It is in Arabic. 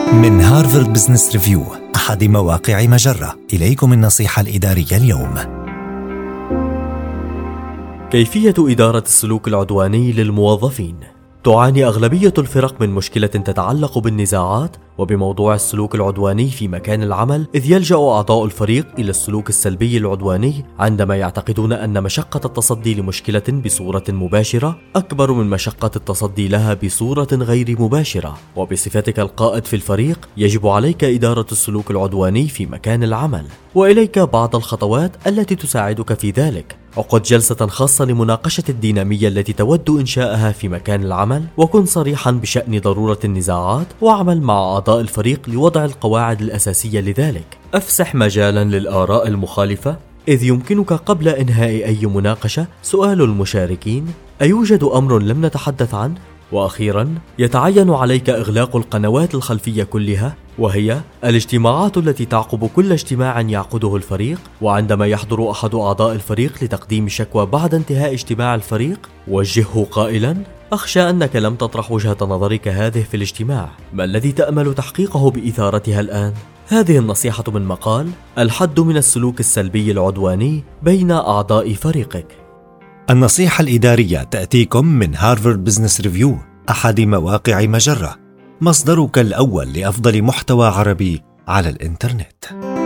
من هارفارد بزنس ريفيو، أحد مواقع مجرة، إليكم النصيحة الإدارية اليوم. كيفية إدارة السلوك العدواني للموظفين؟ تعاني أغلبية الفرق من مشكلة تتعلق بالنزاعات وبموضوع السلوك العدواني في مكان العمل، إذ يلجأ أعضاء الفريق إلى السلوك السلبي العدواني عندما يعتقدون أن مشقة التصدي لمشكلة بصورة مباشرة أكبر من مشقة التصدي لها بصورة غير مباشرة. وبصفتك القائد في الفريق، يجب عليك إدارة السلوك العدواني في مكان العمل، وإليك بعض الخطوات التي تساعدك في ذلك. عقد جلسة خاصة لمناقشة الدينامية التي تود إنشاءها في مكان العمل، وكن صريحا بشأن ضرورة النزاعات، واعمل مع أعضاء الفريق لوضع القواعد الأساسية لذلك. أفسح مجالا للآراء المخالفة، إذ يمكنك قبل إنهاء أي مناقشة سؤال المشاركين: أيوجد أمر لم نتحدث عنه؟ وأخيرا، يتعين عليك إغلاق القنوات الخلفية كلها، وهي الاجتماعات التي تعقب كل اجتماع يعقده الفريق. وعندما يحضر أحد أعضاء الفريق لتقديم شكوى بعد انتهاء اجتماع الفريق، وجهه قائلا: أخشى أنك لم تطرح وجهة نظرك هذه في الاجتماع، ما الذي تأمل تحقيقه بإثارتها الآن؟ هذه النصيحة من مقال الحد من السلوك السلبي العدواني بين أعضاء فريقك. النصيحة الإدارية تأتيكم من هارفارد بزنس ريفيو، أحد مواقع مجرة، مصدرك الأول لأفضل محتوى عربي على الإنترنت.